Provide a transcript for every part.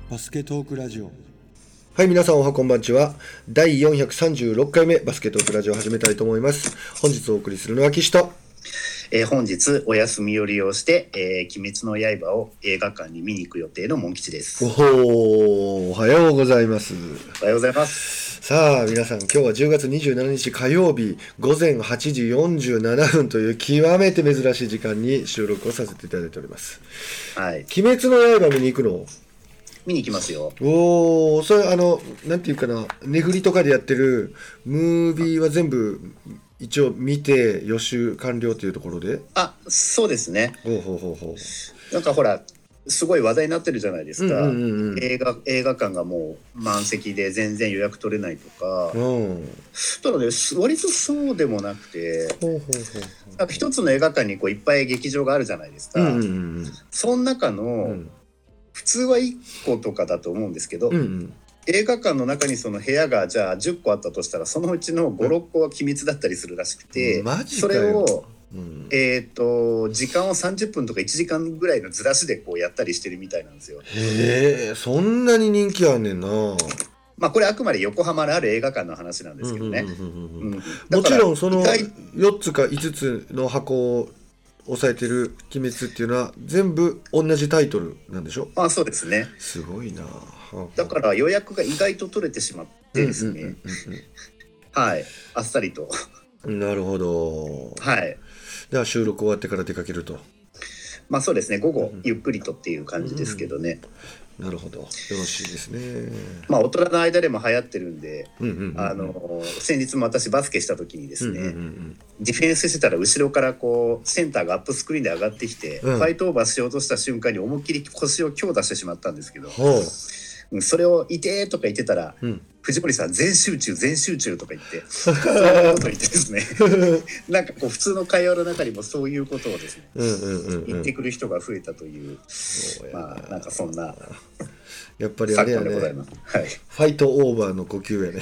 バスケトークラジオ。 はい、皆さんおはこんばんちは。第436回目バスケットークラジオを始めたいと思います。本日お送りするのは岸と、 本日お休みを利用して、鬼滅の刃を映画館に見に行く予定のモン吉です。 おはようございます。 おはようございます。 さあ皆さん、今日は10月27日火曜日午前8時47分という極めて珍しい時間に収録をさせていただいております。 はい。 鬼滅の刃見に行くの？ 見に行きますよ。 おー、それなんていうかな、ネフリとかでやってるムービーは全部一応見て予習完了というところで。 そうですね。 ほう。 なんかほらすごい話題になってるじゃないですか。 うん映画館がもう満席で全然予約取れないとか。ただね、割とそうでもなくて、なんか一つの映画館にこういっぱい劇場があるじゃないですか。その中の、普通は1個とかだと思うんですけど、映画館の中にその部屋がじゃあ10個あったとしたら、そのうちの5、6個は機密だったりするらしくて、それを、時間を30分とか1時間ぐらいのずらしでこうやったりしてるみたいなんですよ。 へえ、そんなに人気あんねんな。 これあくまで横浜のある映画館の話なんですけどね。 もちろんその4つか5つの箱を抑えてる鬼滅っていうのは全部同じタイトルなんでしょ？ そうですね。 すごいな。 だから予約が意外と取れてしまってですね。はい、あっさりと。 なるほど。 はい。 では収録終わってから出かけると。 そうですね、午後ゆっくりとっていう感じですけどね。 なるほど、よろしいですね。 大人の間でも流行ってるんで、先日も私バスケした時にですね、ディフェンスしてたら後ろからこうセンターがアップスクリーンで上がってきて、ファイトオーバーしようとした瞬間に思いっきり腰を強打してしまったんですけど、それをいてーとか言ってたら、藤森さん全集中とか言ってそういうことを言ってですねなんかこう普通の会話の中にもそういうことをですね、言ってくる人が増えたという、なんかそんなやっぱりあれやね、 はい、 ファイトオーバーの呼吸やね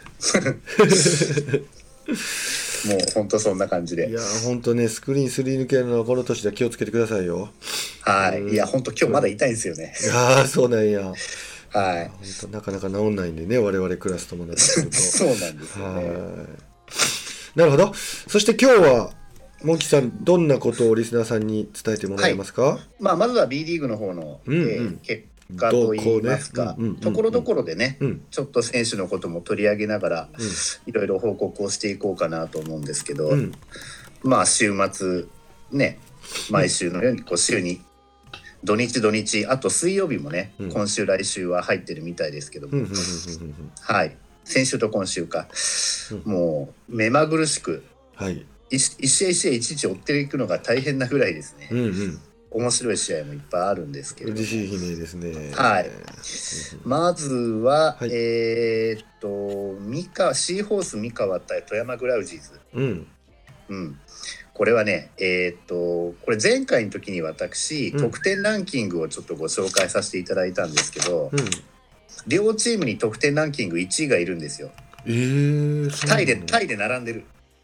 もう本当そんな感じで。 いや本当ね、スクリーンすり抜けるのはこの年では気をつけてくださいよ。 はい、いや本当今日まだ痛いんですよね。 そうなんや。 はい、 本当なかなか治んないんでね、我々クラス友達するとそうなんですよね。 なるほど。そして今日はモンキさん、どんなことをリスナーさんに伝えてもらえますか？ まずは B リーグの方の、結果といいますか、ところどころでね、ちょっと選手のことも取り上げながら、いろいろ報告をしていこうかなと思うんですけど、週末ね、毎週のようにこう週に土日あと水曜日もね、今週来週は入ってるみたいですけども、はい、先週と今週か、もう目まぐるしく、一試合一試合いちいち追っていくのが大変なぐらいですね。面白い試合もいっぱいあるんですけれども、 嬉しい悲鳴ですね。 はい。まずは、シーホース三河対富山グラウジーズ。これはね、これ前回の時に私、得点ランキングをちょっとご紹介させていただいたんですけど、両チームに得点ランキング1位がいるんですよ。タイで並んでる。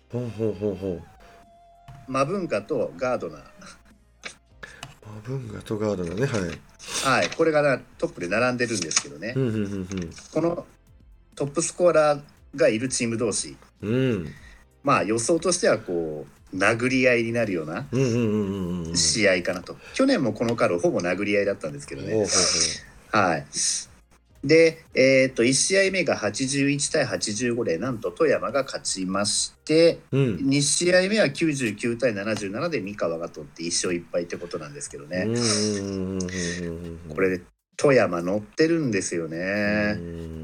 マブンガとガードナー。 マブンガとガードナーね、 はい。これがトップで並んでるんですけどね。このトップスコアラーがいるチーム同士。予想としてはこう殴り合いになるような試合かなと。去年もこのカードほぼ殴り合いだったんですけどね。はい。で、1試合目が81対85でなんと富山が勝ちまして、2試合目は99対77で三河が取って1勝1敗ってことなんですけどね。これで富山乗ってるんですよね。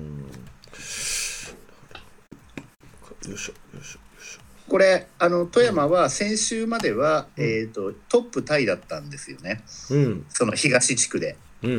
よいしょ。 これ富山は先週までは、トップタイだったんですよね。その東地区で。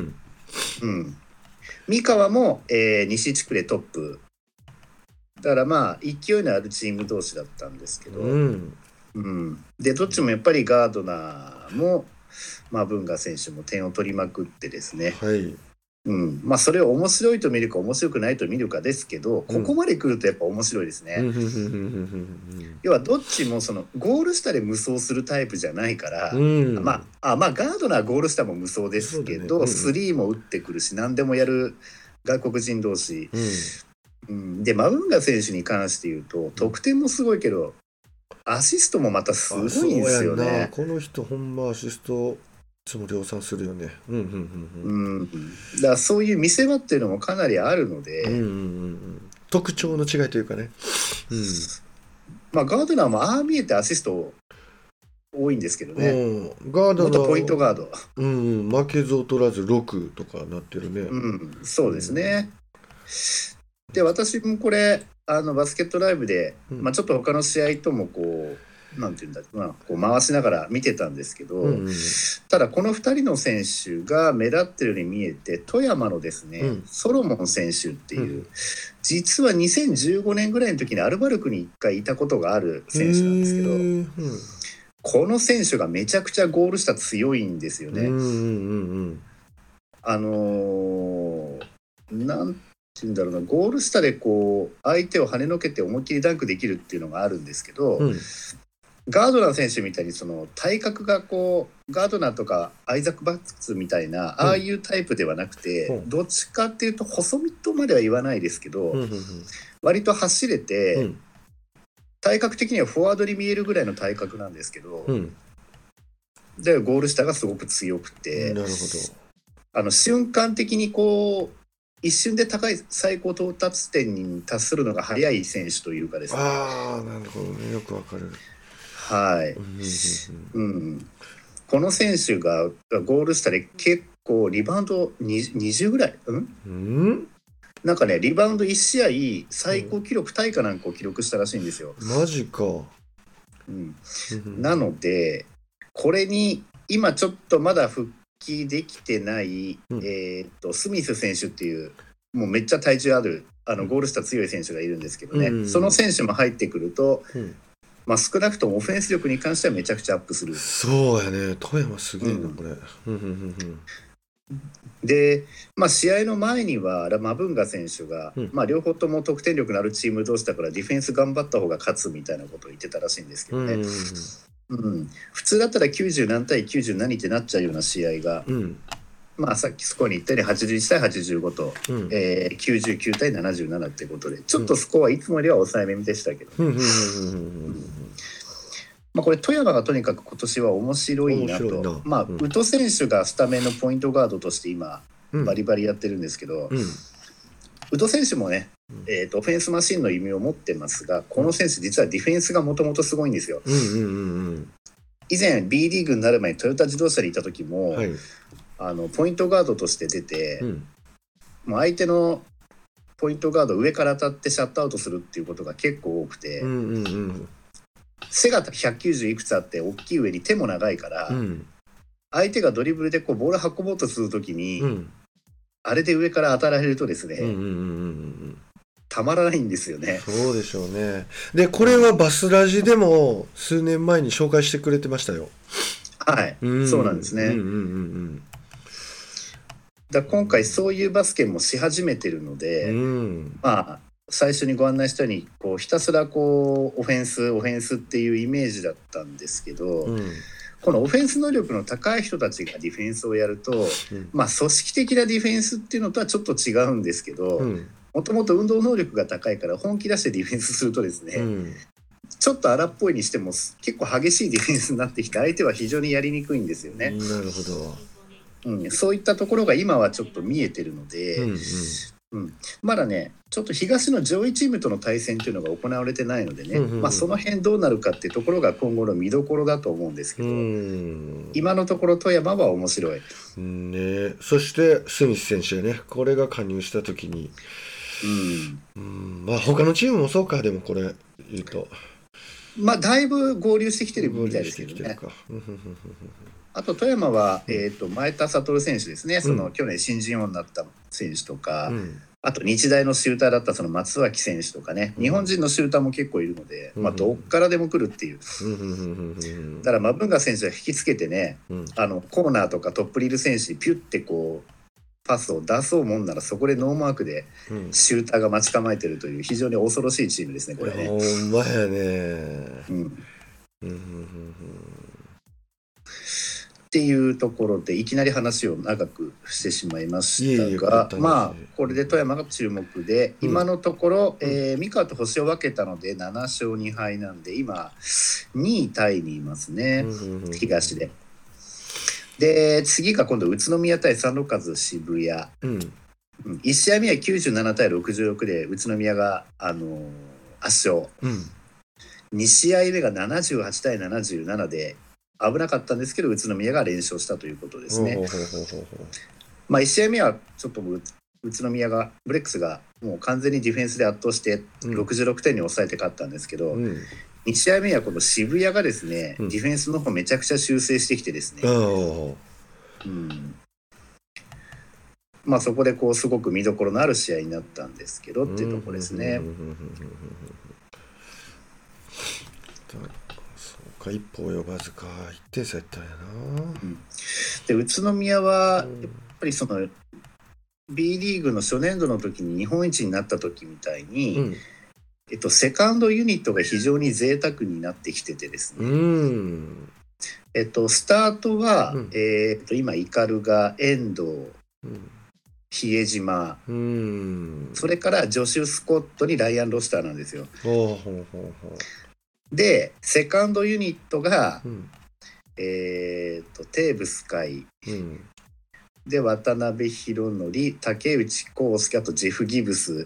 三河も、西地区でトップだから勢いのあるチーム同士だったんですけど、でどっちもやっぱりガードナーもマブンガ選手も点を取りまくってですね、 まあそれを面白いと見るか面白くないと見るかですけど、ここまで来るとやっぱ面白いですね。要はどっちもそのゴール下で無双するタイプじゃないから、まあガードナーゴール下も無双ですけど、スリーも打ってくるし何でもやる外国人同士、でマウンガ選手に関して言うと得点もすごいけどアシストもまたすごいんですよね。 この人ほんまアシストいつも量産するよね。 だからそういう見せ場っていうのもかなりあるので、 特徴の違いというかね、 まあガードナーもああ見えてアシスト多いんですけどね、 ガードナー元ポイントガード、 負けず劣らず6とかなってるね。 そうですね。で私もこれバスケットライブで、ちょっと他の試合ともこうなんていうんだろうな、こう回しながら見てたんですけど、ただこの2人の選手が目立ってるように見えて、富山のですね、ソロモン選手っていう、実は2015年ぐらいの時にアルバルクに1回いたことがある選手なんですけど、この選手がめちゃくちゃゴール下強いんですよね。なんていうんだろうな、ゴール下でこう相手を跳ねのけて思いっきりダンクできるっていうのがあるんですけど、ガードナー選手みたいにその体格がこうガードナーとかアイザック・バッツみたいなああいうタイプではなくて、どっちかっていうと細身とまでは言わないですけど、割と走れて、体格的にはフォワードに見えるぐらいの体格なんですけど、でゴール下がすごく強くて、瞬間的にこう一瞬で高い最高到達点に達するのが速い選手というかですね。 なるほどね、よくわかる。 この選手がゴール下で結構リバウンド20ぐらい、なんかねリバウンド1試合最高記録タイかなんかを記録したらしいんですよ。 マジか。 なのでこれに今ちょっとまだ復帰できてない、スミス選手っていうもうめっちゃ体重あるゴール下強い選手がいるんですけどね、その選手も入ってくると、少なくともオフェンス力に関してはめちゃくちゃアップする。 そうやね、富山すげえな、これ。 で、試合の前にはマブンガ選手が、両方とも得点力のあるチーム同士だからディフェンス頑張った方が勝つみたいなことを言ってたらしいんですけどね、普通だったら90何対90何ってなっちゃうような試合が、さっきスコアに言ったように81対85と、99対77ってことでちょっとスコアいつもよりは抑えめでしたけど、これ富山がとにかく今年は面白いなと。宇都選手がスタメンのポイントガードとして今バリバリやってるんですけど、宇都選手もね、オフェンスマシンの意味を持ってますが、この選手実はディフェンスがもともとすごいんですよ。以前 B リーグになる前にトヨタ自動車にいた時も、ポイントガードとして出て、もう相手のポイントガード上から当たってシャットアウトするっていうことが結構多くて、背が190いくつあって大きい上に手も長いから、相手がドリブルでこうボール運ぼうとするときに、あれで上から当たられるとですね、たまらないんですよね。 そうでしょうね。でこれはバスラジでも数年前に紹介してくれてましたよ。 そうなんですね。だ今回そういうバスケもし始めてるので、最初にご案内したようにこうひたすらこうオフェンスっていうイメージだったんですけど、このオフェンス能力の高い人たちがディフェンスをやると、組織的なディフェンスっていうのとはちょっと違うんですけど、もともと運動能力が高いから本気出してディフェンスするとですね、ちょっと荒っぽいにしても結構激しいディフェンスになってきて相手は非常にやりにくいんですよね。 なるほど。 そういったところが今はちょっと見えてるので、まだねちょっと東の上位チームとの対戦というのが行われてないのでね、その辺どうなるかっていうところが今後の見どころだと思うんですけど、今のところ富山は面白い、 そしてスミス選手ね、これが加入した時に、他のチームもそうか。でもこれ言うとだいぶ合流してきてるみたいですけどね。あと富山は、前田悟選手ですね、その去年新人王になった選手とか、あと日大のシューターだったその松脇選手とかね、日本人のシューターも結構いるので、どっからでも来るっていう、だからマブンガ選手は引きつけてね、コーナーとかトップリール選手にピュッてこうパスを出そうもんならそこでノーマークでシューターが待ち構えてるという非常に恐ろしいチームですねこれね。 ほんまやね。 っていうところでいきなり話を長くしてしまいましたが、まあこれで富山が注目で、今のところ、三河と星を分けたので7勝2敗なんで今2位タイにいますね、東で。で次が今度宇都宮対サンロカズ渋谷、1試合目は97対66で宇都宮が、圧勝、2試合目が78対77で危なかったんですけど宇都宮が連勝したということですね。まあ1試合目はちょっと宇都宮がブレックスがもう完全にディフェンスで圧倒して66点に抑えて勝ったんですけど、2試合目はこの渋谷がですね、ディフェンスの方めちゃくちゃ修正してきてですね、まあそこでこうすごく見どころのある試合になったんですけどっていうところですね。 そうか、一歩及ばずか、1点差やったんやな。 で宇都宮はやっぱりその B リーグの初年度の時に日本一になった時みたいに、セカンドユニットが非常に贅沢になってきててですね、スタートは、今イカルが遠藤、比江島、それからジョシュ・スコットにライアン・ロスターなんですよ。でセカンドユニットが、テーブス海、で渡辺裕則、竹内康介、あとジェフ・ギブス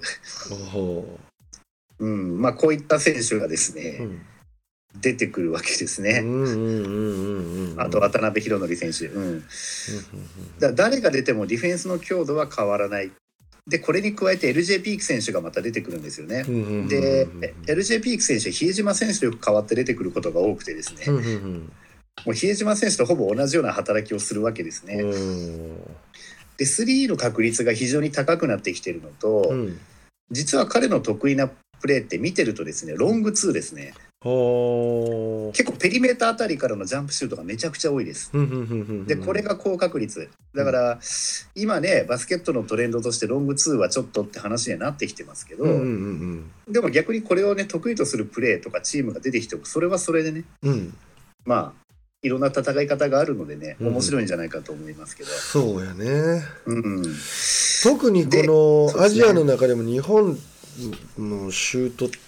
まあこういった選手がですね、出てくるわけですね。あと渡辺裕則選手、誰が出てもディフェンスの強度は変わらない。でこれに加えて LJ ピーク選手がまた出てくるんですよね。で LJ ピーク選手は比江島選手とよく変わって出てくることが多くてですね、もう比江島選手とほぼ同じような働きをするわけですね。でスリーの確率が非常に高くなってきているのと、実は彼の得意なプレーって見てるとですね、ロングツーですね。結構ペリメーターあたりからのジャンプシュートがめちゃくちゃ多いです。でこれが高確率だから、今ねバスケットのトレンドとしてロングツーはちょっとって話にはなってきてますけど、でも逆にこれをね得意とするプレーとかチームが出てきてもそれはそれでね、まあいろんな戦い方があるのでね、面白いんじゃないかと思いますけど。 そうやね、特にこのアジアの中でも日本のシュートって、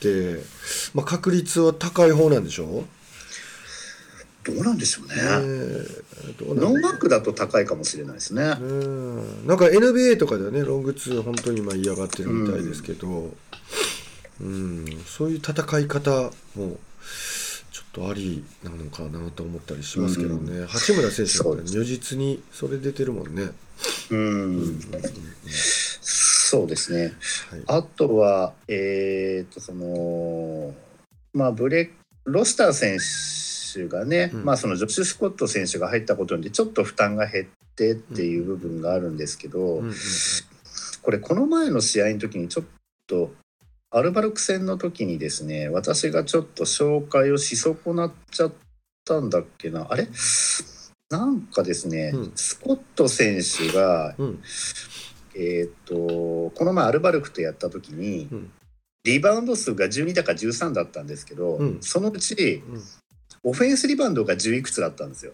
確率は高い方なんでしょ？ どうなんでしょうね。ノーマークだと高いかもしれないですね。なんか NBA とかではねロングツー本当に嫌がってるみたいですけど、そういう戦い方もちょっとありなのかなと思ったりしますけどね。八村選手が如実にそれ出てるもんね。 そうですね、あとはそのロスター選手がね、そのジョシュ・スコット選手が入ったことによってちょっと負担が減ってっていう部分があるんですけど、この前の試合の時にちょっとアルバルク戦の時にですね、私がちょっと紹介をし損なっちゃったんだっけな、あれなんかですね、スコット選手が、この前アルバルクとやった時に、リバウンド数が12だか13だったんですけど、そのうち、オフェンスリバウンドが10いくつだったんですよ。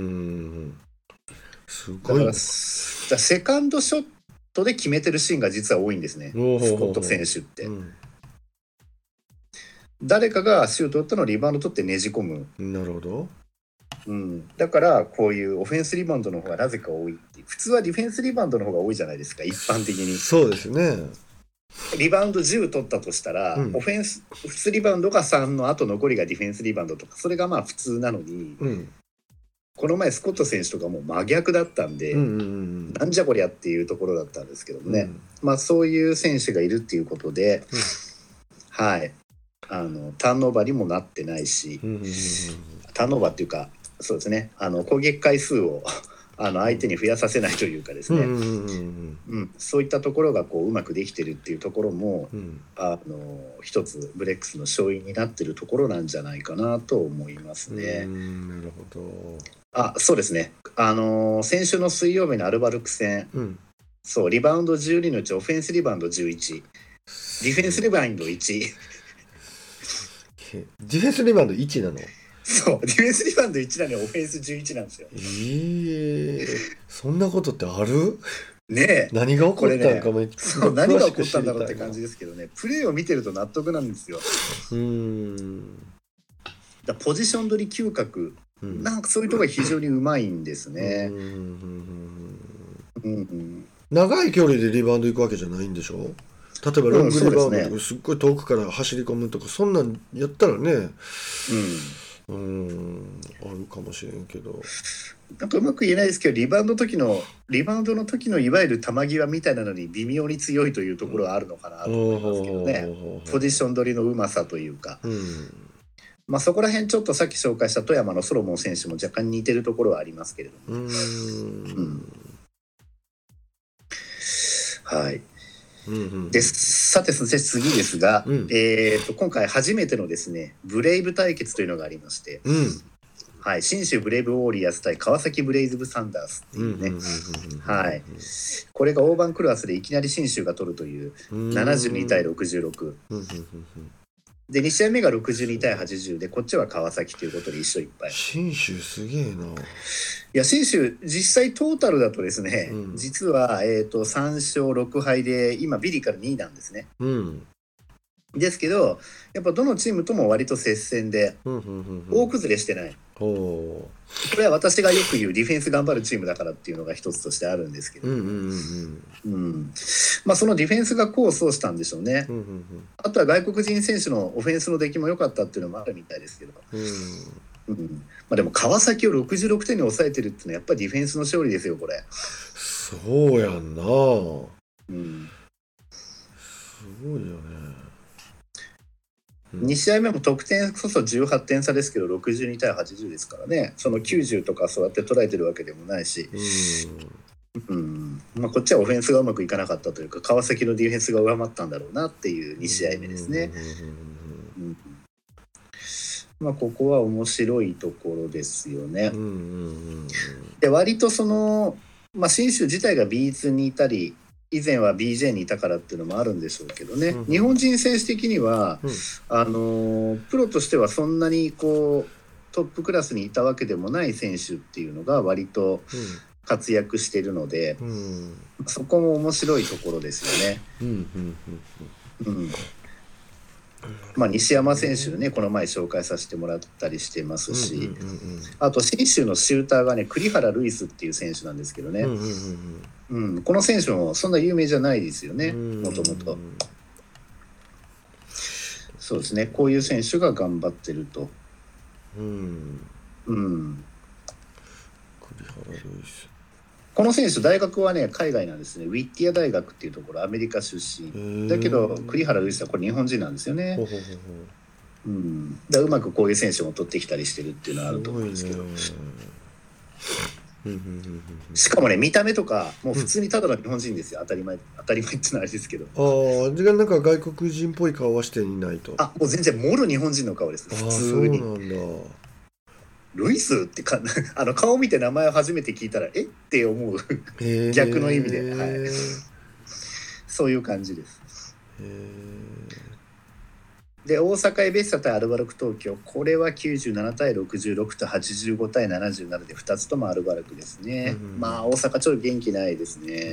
すごい。 だからセカンドショットで決めてるシーンが実は多いんですね、スコット選手って。誰かがシュート打ったのをリバウンド取ってねじ込む。 なるほど。 だからこういうオフェンスリバウンドの方がなぜか多いっていう。普通はディフェンスリバウンドの方が多いじゃないですか、一般的に。 そうですね。 リバウンド10取ったとしたら、オフェンス普通リバウンドが3のあと残りがディフェンスリバウンドとか、それがまあ普通なのに、この前スコット選手とかも真逆だったんで、なんじゃこりゃっていうところだったんですけどもね、そういう選手がいるっていうことで、ターンオーバーにもなってないし、ターンオーバーっていうかそうですね、攻撃回数を相手に増やさせないというかですね、そういったところがこううまくできてるっていうところも、一つブレックスの勝因になってるところなんじゃないかなと思いますね。 なるほど。 そうですね、先週の水曜日のアルバルク戦、 そう、リバウンド12のうちオフェンスリバウンド11、ディフェンスリバウンド1。 ディフェンスリバウンド1なの？ そう、ディフェンスリバウンド1なのにオフェンス11なんですよ。 そんなことってある？ ねえ、 何が起こったんかも、 そう、何が起こったんだろうって感じですけどね、プレーを見てると納得なんですよ。だポジション取り嗅覚、なんかそういうところが非常にうまいんですね。 長い距離でリバウンド行くわけじゃないんでしょ？例えばロングリバウンドとかすっごい遠くから走り込むとか、そんなんやったらね、あるかもしれんけど、 なんかうまく言えないですけど、リバウンドの時のいわゆる球際みたいなのに微妙に強いというところはあるのかなと思いますけどね。ポジション取りのうまさというか、まあそこら辺ちょっとさっき紹介した富山のソロモン選手も若干似てるところはありますけれども、はい。でさて次ですが、今回初めてのですねブレイブ対決というのがありまして、はい、信州ブレイブウォーリアーズ対川崎ブレイズブサンダースっていうね、はい、これが大番クラスでいきなり信州が取るという72対66で、2試合目が62対80で、こっちは川崎ということで1勝1敗。 信州すげえな。いや、信州実際トータルだとですね、実は3勝6敗で今ビリから2位なんですね。ですけど、やっぱどのチームとも割と接戦で大崩れしてない。これは私がよく言うディフェンス頑張るチームだからっていうのが一つとしてあるんですけど、まあそのディフェンスが功を奏したんでしょうね。あとは外国人選手のオフェンスの出来も良かったっていうのもあるみたいですけど、まあでも川崎を66点に抑えてるっていうのはやっぱりディフェンスの勝利ですよこれ。 そうやんな。すごいよね。 2試合目も得点こそ18点差ですけど62対80ですからね。その90とかそうやって捉えてるわけでもないし、まあ、こっちはオフェンスがうまくいかなかったというか川崎のディフェンスが上回ったんだろうなっていう2試合目ですね。まあここは面白いところですよね。で割とその、まあ、信州自体が B2 にいたり以前は BJ にいたからっていうのもあるんでしょうけどね、日本人選手的には、プロとしてはそんなにこうトップクラスにいたわけでもない選手っていうのが割と活躍しているので、そこも面白いところですよね。まあ、西山選手ねこの前紹介させてもらったりしてますし、あと信州のシューターがね栗原ルイスっていう選手なんですけどね、この選手もそんな有名じゃないですよねもともと。そうですね、こういう選手が頑張ってると。栗原ルイス、この選手大学はね海外なんですね。ウィッティア大学っていうところアメリカ出身だけど栗原ルイスはこれ日本人なんですよね。だうまくこういう選手も取ってきたりしてるっていうのはあると思うんですけど、しかもね見た目とかもう普通にただの日本人ですよ。当たり前っていうのはあれですけど、 じゃあなんか外国人っぽい顔はしていないと。 もう全然もろ日本人の顔です。普通に。そうなんだ。ルイスって顔を見て名前を初めて聞いたらえって思う逆の意味で、そういう感じです。で大阪エベッサ対アルバルク東京、これは97対66と85対77で2つともアルバルクですね。まあ大阪ちょっと元気ないですね。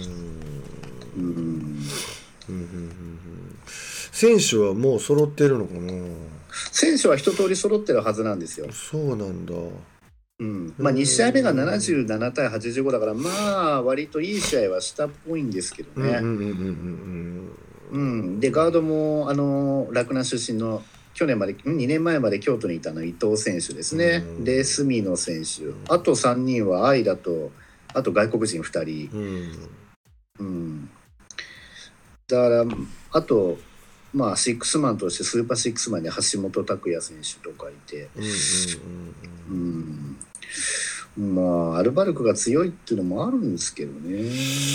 選手はもう揃ってるのかな。 選手は一通り揃ってるはずなんですよ。 そうなんだ。 まあ2試合目が77対85だからまあ割といい試合はしたっぽいんですけどね。でガードも洛南出身の去年まで2年前まで京都にいた伊藤選手ですね。で住野選手、あと3人は愛だとあと外国人2人、だからあとまあシックスマンとしてスーパーシックスマンで橋本拓也選手とかいて、まあアルバルクが強いっていうのもあるんですけどね。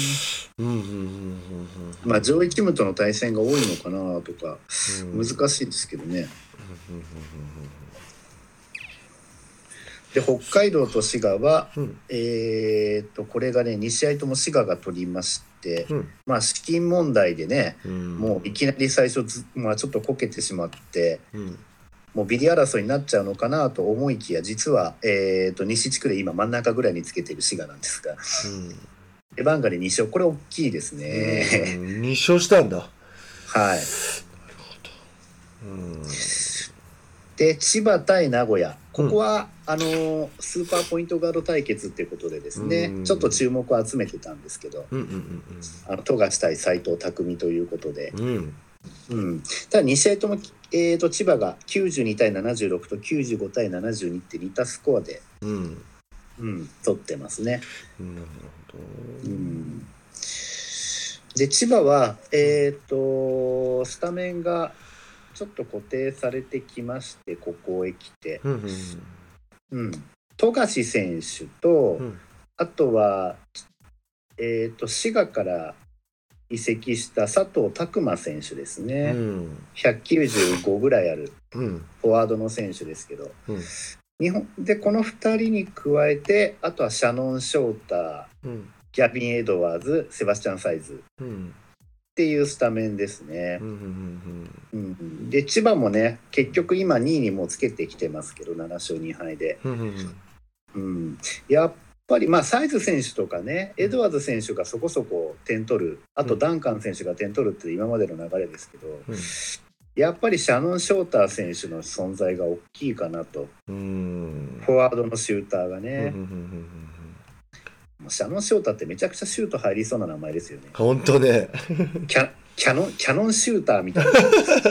まあ上位チームとの対戦が多いのかなとか難しいですけどね。 で北海道と滋賀は、 うんこれがね2試合とも滋賀が取りまして、 うんまあ資金問題でね、もういうきなり最初まあ、ちょっとこけてしまって、 んもうビリ争いになっちゃうのかなと思いきや、実は、西地区で今真ん中ぐらいにつけている滋賀なんですが、エバンガで2勝、これ大きいですね。 2勝したんだ。 はい。で千葉対名古屋、ここは、スーパーポイントガード対決っていうことでですね、ちょっと注目を集めてたんですけど、富樫対斉藤匠ということで、ただ2試合とも、千葉が92対76と95対72って似たスコアで、取ってますね。 なるほど。 で千葉は、スタメンがちょっと固定されてきまして、ここへ来て、富樫選手と、あとは、滋賀から移籍した佐藤拓磨選手ですね、195ぐらいあるフォワードの選手ですけど、日本でこの2人に加えて、あとはシャノン・ショーター、ギャビン・エドワーズ、セバスチャン・サイズっていうスタメンですね。で千葉もね結局今2位にもうつけてきてますけど、7勝2敗で、やっぱりまあサイズ選手とかね、エドワーズ選手がそこそこ点取る、あとダンカン選手が点取るって今までの流れですけど、やっぱりシャノン・ショーター選手の存在が大きいかなと、フォワードのシューターがね。シャノン・ショーターってめちゃくちゃシュート入りそうな名前ですよね。 本当ね。 キャノンシューターみたいな。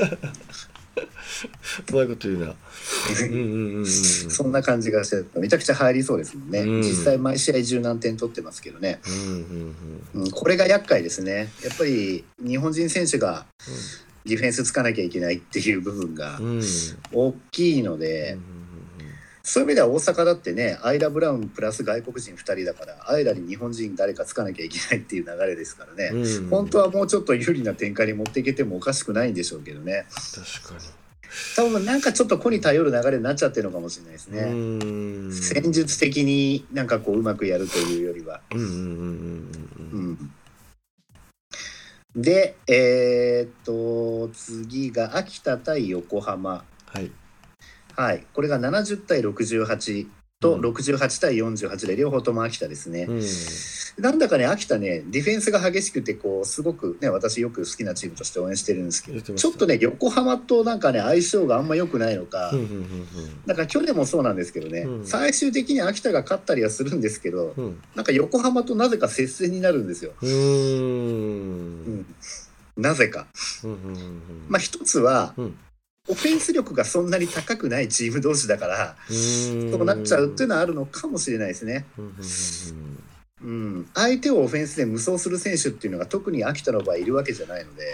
そういうこと言うな。 そんな感じがしてめちゃくちゃ入りそうですもんね。実際毎試合十何点取ってますけどね。これが厄介ですね。やっぱり日本人選手がディフェンスつかなきゃいけないっていう部分が大きいので、そういう意味では大阪だってね、アイラ・ブラウンプラス外国人2人だから、アイラに日本人誰かつかなきゃいけないっていう流れですからね、本当はもうちょっと有利な展開に持っていけてもおかしくないんでしょうけどね。 確かに。 多分なんかちょっと個に頼る流れになっちゃってるのかもしれないですね。戦術的になんかこううまくやるというよりは。で、次が秋田対横浜。はい、これが70対68と68対48で両方とも秋田ですね。なんだかね秋田ねディフェンスが激しくてこうすごくね私よく好きなチームとして応援してるんですけど、ちょっとね横浜となんかね相性があんま良くないのか、なんか去年もそうなんですけどね、最終的に秋田が勝ったりはするんですけど、なんか横浜となぜか接戦になるんですよ。なぜか。まあ一つは、オフェンス力がそんなに高くないチーム同士だからそうなっちゃうっていうのはあるのかもしれないですね。相手をオフェンスで無双する選手っていうのが特に秋田の場合いるわけじゃないので、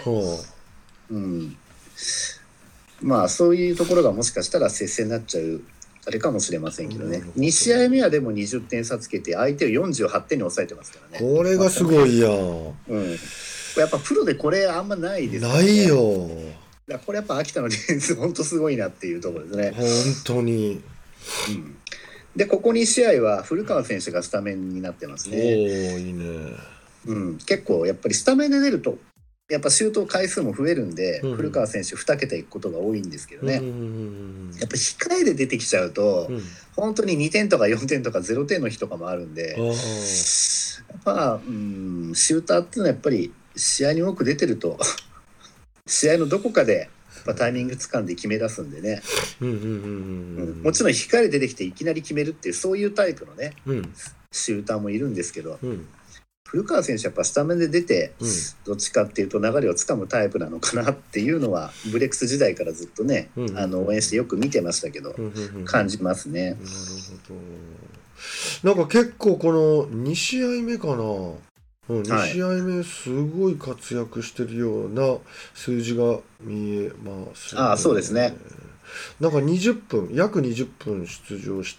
まあそういうところがもしかしたら接戦になっちゃうあれかもしれませんけどね。2試合目はでも20点差つけて相手を48点に抑えてますからね。 これがすごいやん。 やっぱプロでこれあんまないですよね。 ないよ。 だこれやっぱ秋田のディフェンス本当すごいなっていうところですね。 本当に。 でここ2試合は古川選手がスタメンになってますね。 いいね。 結構やっぱりスタメンで出るとやっぱシュート回数も増えるんで、古川選手2桁いくことが多いんですけどね、やっぱ控えで出てきちゃうと、本当に2点とか4点とか0点の日とかもあるんで、やっぱシューターっていうのはやっぱり試合に多く出てると試合のどこかでタイミングつかんで決め出すんでね、もちろん控えで出てきていきなり決めるっていうそういうタイプのね、シューターもいるんですけど、古川選手やっぱスタメンで出て、どっちかっていうと流れをつかむタイプなのかなっていうのはブレックス時代からずっとね、応援してよく見てましたけど、感じますね。なるほど。なんか結構この2試合目かな、2試合目すごい活躍してるような数字が見えますね。 そうですね。 なんか約20分出場して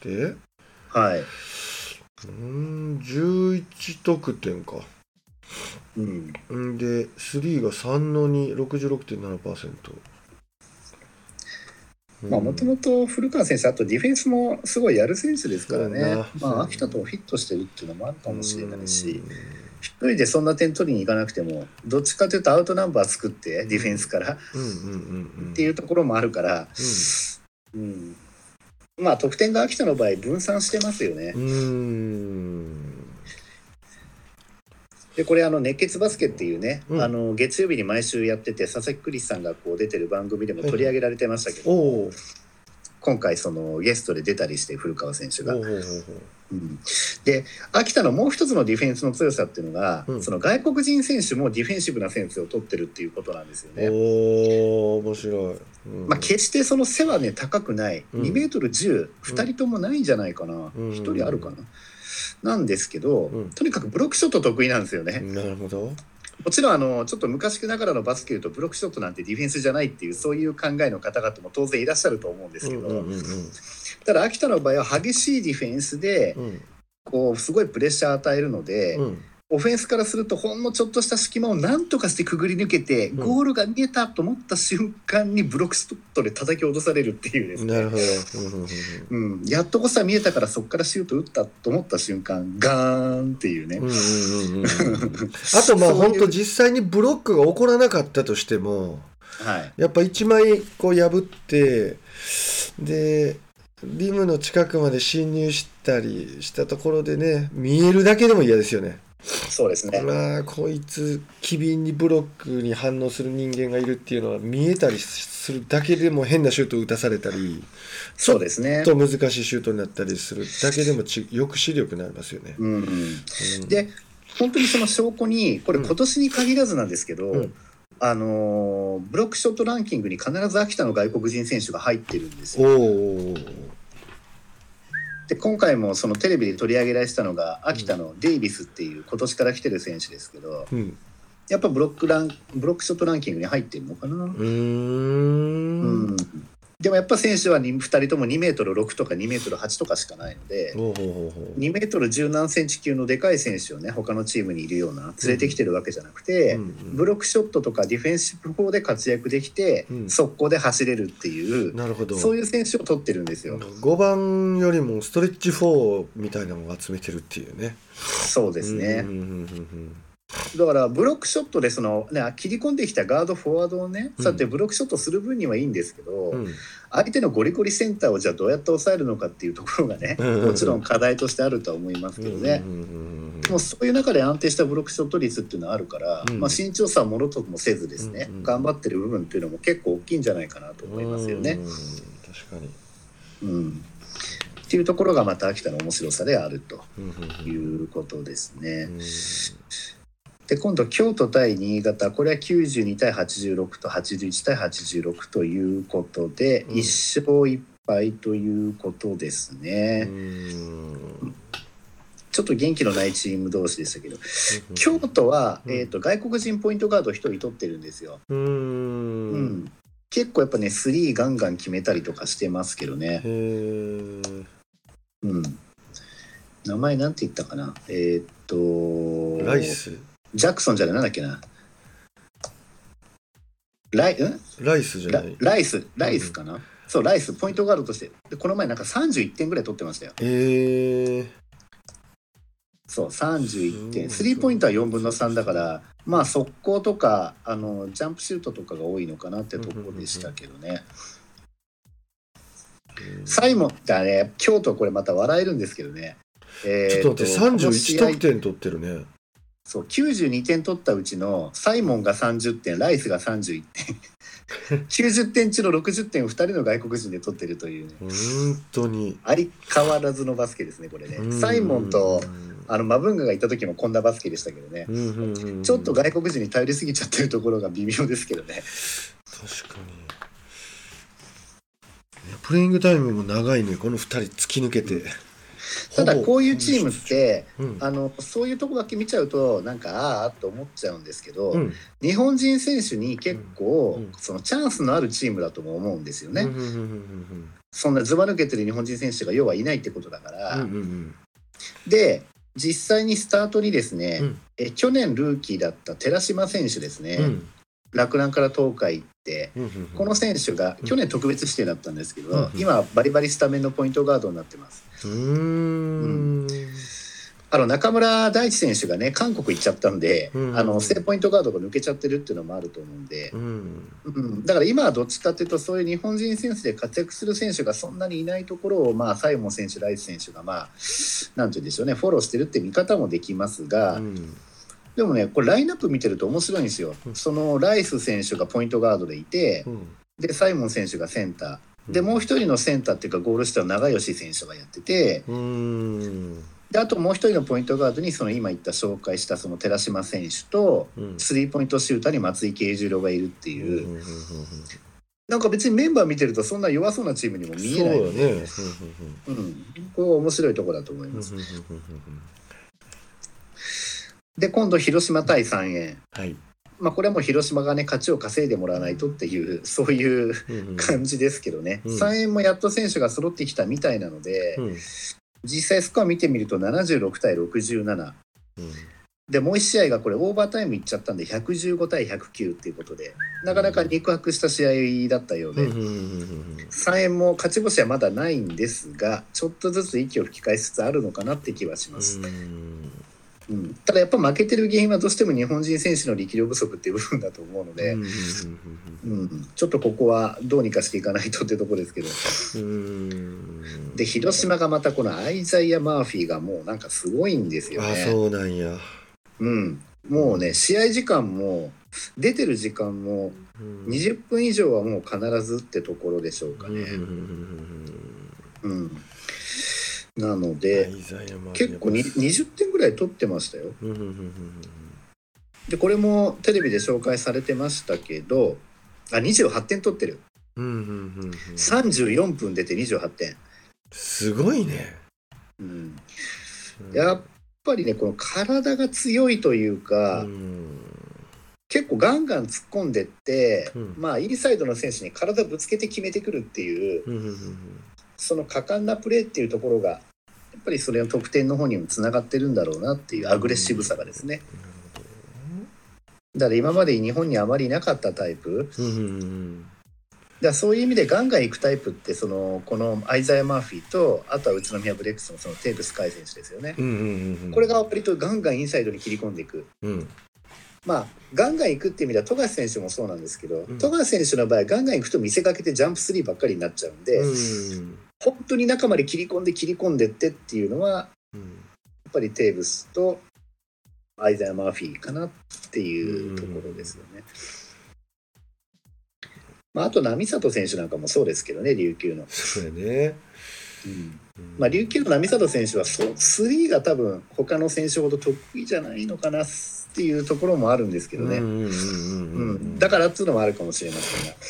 、11得点か。で、スリーが3の2、66.7%。 もともと古川選手あとディフェンスもすごいやる選手ですからね、秋田とフィットしてるっていうのもあるかもしれないし、一人でそんな点取りに行かなくてもどっちかというとアウトナンバー作ってディフェンスからっていうところもあるから、まあ得点が秋田の場合分散してますよね。でこれ熱血バスケっていうね、月曜日に毎週やってて佐々木クリスさんがこう出てる番組でも取り上げられてましたけど、今回そのゲストで出たりして古川選手が、で秋田のもう一つのディフェンスの強さっていうのが、その外国人選手もディフェンシブなセンスを取ってるっていうことなんですよね。 面白い。 決してその背はね高くない、2m10、2人ともないんじゃないかな、1人あるかな、なんですけど、とにかくブロックショット得意なんですよね。 なるほど。 もちろんちょっと昔ながらのバスケいうとブロックショットなんてディフェンスじゃないっていうそういう考えの方々も当然いらっしゃると思うんですけど、ただ秋田の場合は激しいディフェンスで、こうすごいプレッシャー与えるので、オフェンスからするとほんのちょっとした隙間を何とかしてくぐり抜けて、ゴールが見えたと思った瞬間にブロックショットで叩き落とされるっていうですね。 なるほど。 やっとこさ見えたからそこからシュート打ったと思った瞬間ガーンっていうね。 あと本当実際にブロックが起こらなかったとしても、やっぱ1枚こう破ってでリムの近くまで侵入したりしたところでね、見えるだけでも嫌ですよね。 そうですね。 こいつ機敏にブロックに反応する人間がいるっていうのは見えたりするだけでも変なシュートを打たされたり、 そうですね、 ちょっと難しいシュートになったりするだけでも抑止力になりますよね。 で本当にその証拠にこれ今年に限らずなんですけど、ブロックショットランキングに必ず秋田の外国人選手が入ってるんですよ。で今回もそのテレビで取り上げられてたのが秋田のデイビスっていう今年から来てる選手ですけど、やっぱブロックショットランキングに入ってるのかな。でもやっぱ選手は2人とも 2m6 とか 2m8 とかしかないので、2m10 何センチ級のでかい選手をね他のチームにいるような連れてきてるわけじゃなくて、ブロックショットとかディフェンシブ法で活躍できて、速攻で走れるっていう、そういう選手を取ってるんですよ。 5番よりもストレッチ4みたいなのを集めてるっていうね。 そうですね。だからブロックショットで切り込んできたガードフォワードをね、そうやってブロックショットする分にはいいんですけど、相手のゴリゴリセンターをじゃあどうやって抑えるのかっていうところがね、もちろん課題としてあるとは思いますけどね。もうそういう中で安定したブロックショット率っていうのはあるから、身長差はもろともせずですね、頑張ってる部分っていうのも結構大きいんじゃないかなと思いますよね。 確かに。 っていうところがまた秋田の面白さであるということですね。で今度京都対新潟、これは92対86と81対86ということで、1勝1敗ということですね。ちょっと元気のないチーム同士でしたけど、京都は、外国人ポイントガード1人取ってるんですよ。結構やっぱねスリーガンガン決めたりとかしてますけどね。名前なんて言ったかな、 ライスジャクソンじゃない、なんだっけな、ライスじゃない、ライスかな、そうライスポイントガードとしてでこの前なんか31点ぐらい取ってましたよ。そう31点、スリーポイントは4分の3だから、まあ速攻とかジャンプシュートとかが多いのかなってところでしたけどね。サイモンってね、京都これまた笑えるんですけどね、 ちょっと待って31得点取ってるね。 そう92点取ったうちのサイモンが30点、ライスが31点90点中の60点を2人の外国人で取ってるという、ね、 本当に相変わらずのバスケですねこれね。サイモンとマブンガがいた時もこんなバスケでしたけどね、ちょっと外国人に頼りすぎちゃってるところが微妙ですけどね。 確かにプレイングタイムも長いね、この2人突き抜けて。 ただこういうチームって、そういうとこだけ見ちゃうとなんかあと思っちゃうんですけど、日本人選手に結構、そのチャンスのあるチームだとも思うんですよね。そんなずば抜けてる日本人選手が要はいないってことだから、で実際にスタートにですね、去年ルーキーだった寺島選手ですね、 洛南から東海行って、この選手が去年特別指定だったんですけど、今バリバリスタメンのポイントガードになってます。中村大地選手がね韓国行っちゃったんで、正ポイントガードが抜けちゃってるっていうのもあると思うんで、だから今はどっちかっていうとそういう日本人選手で活躍する選手がそんなにいないところを、サイモン選手ライス選手がなんて言うんでしょうね、フォローしてるって見方もできますが、でもねこれラインナップ見てると面白いんですよ。そのライス選手がポイントガードでいて、でサイモン選手がセンターで、もう一人のセンターっていうかゴール下の長吉選手がやってて、であともう一人のポイントガードにその今言った紹介したその寺島選手と、スリーポイントシューターに松井慶十郎がいるっていう、なんか別にメンバー見てるとそんな弱そうなチームにも見えないので、これは面白いところだと思います。で今度広島対三円、これはもう広島がね勝ちを稼いでもらわないとっていうそういう感じですけどね、三円もやっと選手が揃ってきたみたいなので、実際スコア見てみると76対67、でもう1試合がこれオーバータイムいっちゃったんで115対109っていうことで、なかなか肉薄した試合だったようで、3円も勝ち星はまだないんですが、ちょっとずつ息を吹き返しつつあるのかなって気はします。ただやっぱ負けてる原因はどうしても日本人選手の力量不足っていう部分だと思うので、ちょっとここはどうにかしていかないとってとこですけど、で広島がまたこのアイザイア・マーフィーがもうなんかすごいんですよね。 そうなんや。 もうね試合時間も出てる時間も20分以上はもう必ずってところでしょうかね。なので結構20点ぐらい取ってましたよ。でこれもテレビで紹介されてましたけど、28点取ってる。34分出て28点。 すごいね。 やっぱりねこの体が強いというか、結構ガンガン突っ込んでって、インサイドの選手に体ぶつけて決めてくるっていう、その果敢なプレーっていうところがやっぱりそれの得点の方にもつながってるんだろうなっていうアグレッシブさがですね。だから今まで日本にあまりいなかったタイプ、だからそういう意味でガンガン行くタイプってこのアイザイア・マーフィーとあとは宇都宮ブレックスのそのテーブス海選手ですよね。これが割とガンガンインサイドに切り込んでいく。ガンガン行くっていう意味では富樫選手もそうなんですけど、富樫選手の場合ガンガン行くと見せかけてジャンプスリーばっかりになっちゃうんで、本当に中まで切り込んでってっていうのは、やっぱりテーブスとアイザイア・マーフィーかなっていうところですよね。あと並里選手なんかもそうですけどね、琉球の。 そうやね。 琉球の並里選手はスリーが多分他の選手ほど得意じゃないのかなっていうところもあるんですけどね。だからっていうのもあるかもしれませんが。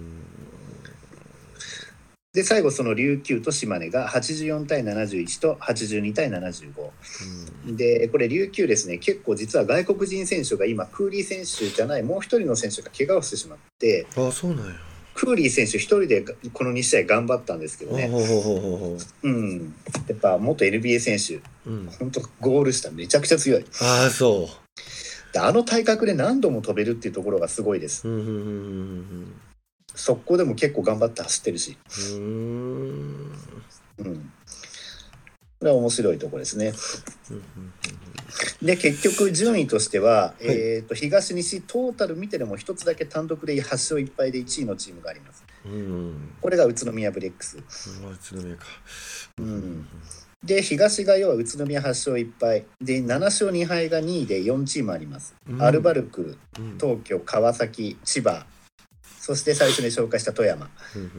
で最後その琉球と島根が84対71と82対75、でこれ琉球ですね、結構実は外国人選手が今クーリー選手じゃないもう一人の選手が怪我をしてしまって、 そうなんや。 クーリー選手一人でこの2試合頑張ったんですけどね。やっぱ元 NBA 選手、本当ゴール下めちゃくちゃ強い。で体格で何度も飛べるっていうところがすごいです。速攻でも結構頑張って走ってるし、これは面白いところですね。で結局順位としては、東西トータル見てでも一つだけ単独で8勝1敗で1位のチームがあります。これが宇都宮ブレックス。宇都宮か。で東が要は宇都宮8勝1敗で7勝2敗が2位で4チームあります。アルバルク、東京、川崎、千葉、そして最初に紹介した富山。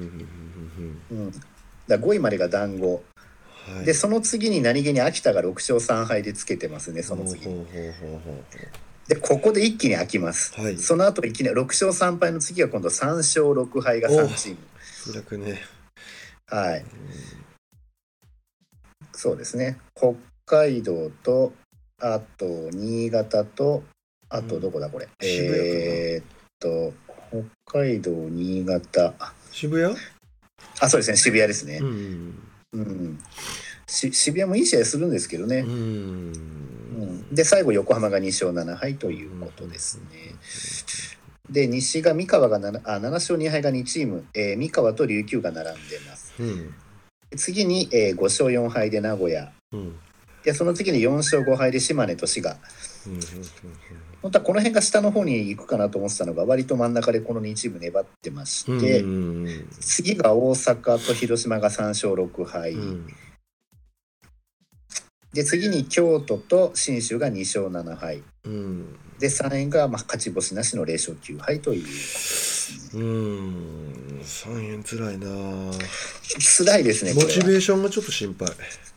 だ5位までが団子。でその次に何気に秋田が6勝3敗でつけてますね。その次にでここで一気に開きます。その後いきなり6勝3敗の次が今度3勝6敗が3チーム。 楽ね。 そうですね。北海道とあと新潟とあとどこだこれ、北海道新潟渋谷、 そうですね、渋谷ですね。渋谷もいい試合するんですけどね。で最後横浜が2勝7敗ということですね。 で西が三河が7勝2敗が2チーム、三河と琉球が並んでます、次に、5勝4敗で名古屋、でその次に4勝5敗で島根と滋賀、本当はこの辺が下の方に行くかなと思ってたのが割と真ん中でこの2チーム粘ってまして、次が大阪と広島が3勝6敗、で次に京都と信州が2勝7敗、で3円が勝ち星なしの0勝9敗という、 3円つらいな。 つらいですね。 モチベーションがちょっと心配。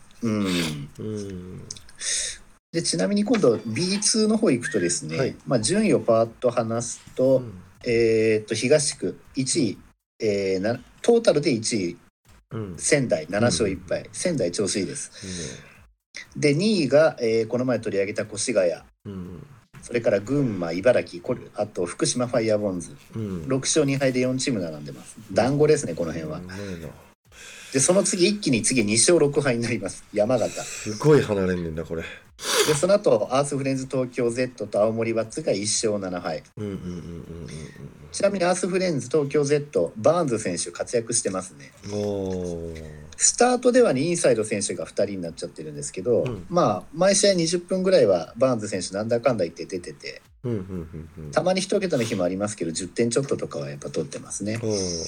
でちなみに今度 B2 の方行くとですね、順位をパーッと話すと、東地区1位、トータルで1位、仙台7勝1敗、仙台調子いいです、で2位が、この前取り上げた越谷、それから群馬、茨城、あと福島ファイヤーボンズ、6勝2敗で4チーム並んでます。団子ですねこの辺は。でその次一気に2勝6敗になります山形。 すごい離れんねんだこれ。 でその後アースフレンズ東京 Z と青森ワッツが1勝7敗。ちなみにアースフレンズ東京 Z バーンズ選手活躍してますね。スタートではインサイド選手が2人になっちゃってるんですけど、毎試合20分ぐらいはバーンズ選手なんだかんだ言って出てて、たまに1桁の日もありますけど10点ちょっととかはやっぱ取ってますね。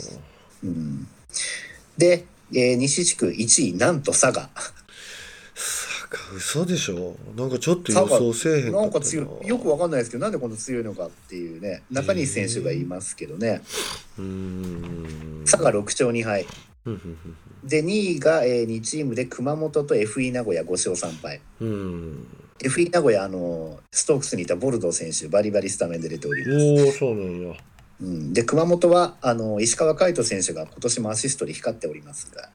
で、西地区1位なんと佐賀。 嘘でしょ。なんかちょっと予想せえへんかったな。 なんか強い、よくわかんないですけどなんでこんな強いのかっていうね。中西選手がいますけどね。佐賀6勝2敗で2位が、2チームで熊本と FE 名古屋5勝3敗。FE 名古屋ストークスにいたボルドー選手バリバリスタメンで出ております。 そうなんや。 で熊本は石川海人選手が今年もアシストで光っておりますが、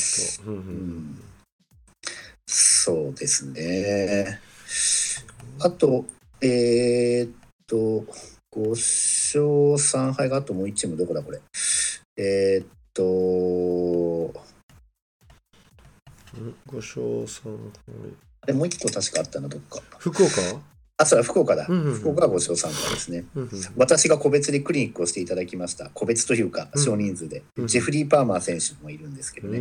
そうですね。あと5勝3敗があともう1チームどこだこれ。5 勝3敗。 もう1個確かあったなどっか。 福岡？ それは福岡だ。福岡が5勝3敗ですね。私が個別でクリニックをしていただきました。個別というか少人数で、ジェフリー・パーマー選手もいるんですけどね。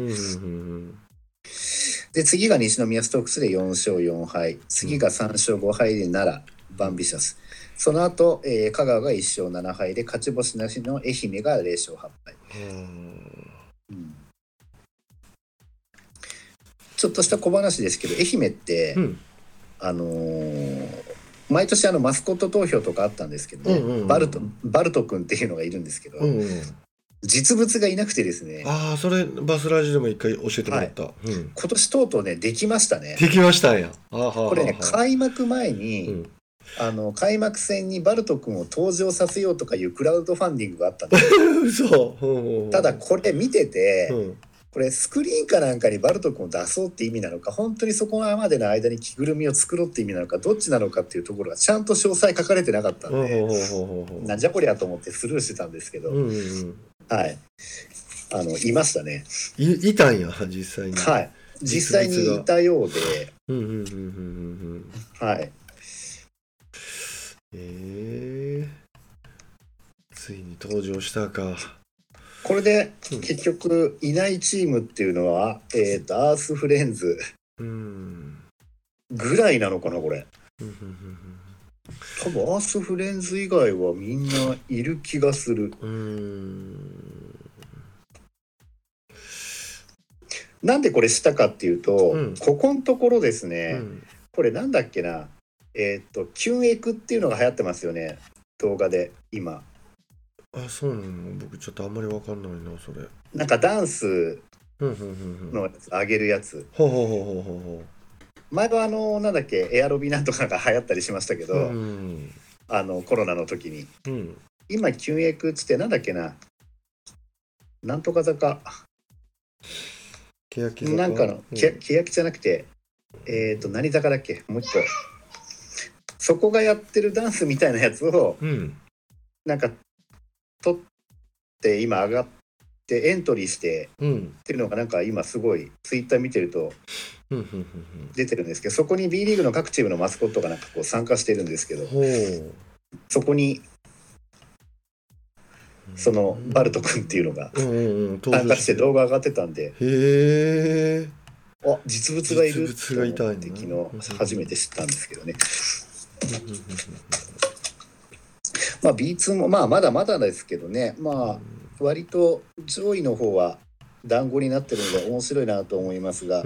で次が西宮ストークスで4勝4敗、次が3勝5敗で奈良バンビシャス、その後、香川が1勝7敗で勝ち星なしの愛媛が0勝8敗。ちょっとした小話ですけど愛媛って、毎年マスコット投票とかあったんですけどね、バルト君っていうのがいるんですけど、実物がいなくてですね。 それバスラジでも一回教えてもらった。 今年とうとうねできましたね。 できましたんや。 これね開幕前に、開幕戦にバルト君を登場させようとかいうクラウドファンディングがあったんですよ。ただこれ見てて、これスクリーンかなんかにバルト君を出そうって意味なのか、本当にそこまでの間に着ぐるみを作ろうって意味なのか、どっちなのかっていうところがちゃんと詳細書かれてなかったんで、なんじゃこりゃと思ってスルーしてたんですけど、いましたね。 いたんや実際に。 実際にいたようで、 ついに登場したか。 これで結局いないチームっていうのは、アースフレンズぐらいなのかなこれ。多分アースフレンズ以外はみんないる気がする。なんでこれしたかっていうと、ここのところですね、これなんだっけな、キュンエクっていうのが流行ってますよね動画で今。 そうなの？僕ちょっとあんまり分かんないなそれ。 なんかダンスの上げるやつ。前はなんだっけエアロビなんとかが流行ったりしましたけど、コロナの時に、今キュンエクっつってなんだっけな、なんとか坂なんかの欅じゃなくて何坂だっけ、もう一個そこがやってるダンスみたいなやつを、なんか撮って今上がってエントリーしてっていうのがなんか今すごいツイッター見てると出てるんですけど、そこに B リーグの各チームのマスコットがなんかこう参加してるんですけど、そこにそのバルト君っていうのが参加して動画上がってたんで、 へえ、 あ、実物がいる実物がいたんやって昨日初めて知ったんですけどね。まあ B2 もまあまだまだですけどね、まあ割と上位の方は団子になってるので面白いなと思いますが、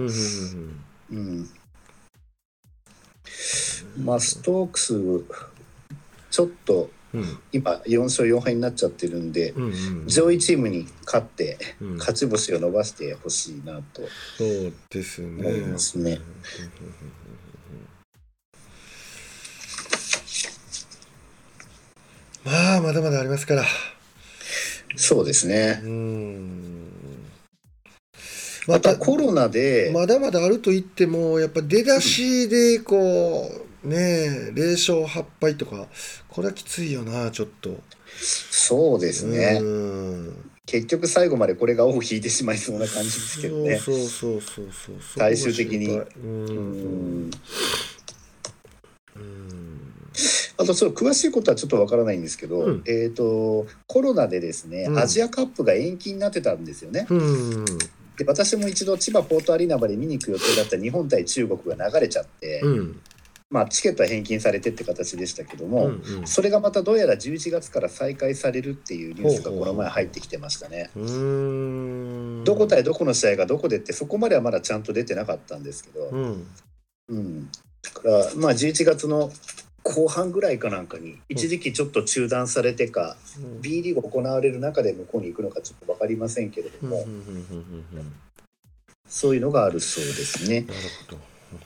まあストークスちょっと今4勝4敗になっちゃってるんで、上位チームに勝って勝ち星を伸ばしてほしいなとそうですね、 思いますね。 まあまだまだありますから。 そうですね。またコロナでまだまだあると言ってもやっぱ出だしでこうね0勝8敗とかこれはきついよなちょっと。 そうですね。結局最後までこれが尾を引いてしまいそうな感じですけどね。 そう最終的に。あとその詳しいことはちょっとわからないんですけど、コロナでですね、アジアカップが延期になってたんですよね。で私も一度千葉ポートアリーナまで見に行く予定だった日本対中国が流れちゃって、まあチケットは返金されてって形でしたけども、それがまたどうやら11月から再開されるっていうニュースがこの前入ってきてましたね。どこ対どこの試合がどこでってそこまではまだちゃんと出てなかったんですけど、だからまあ11月の後半ぐらいかなんかに一時期ちょっと中断されてか、B リーグ行われる中で向こうに行くのかちょっと分かりませんけれども、そういうのがあるそうですね。 なるほど。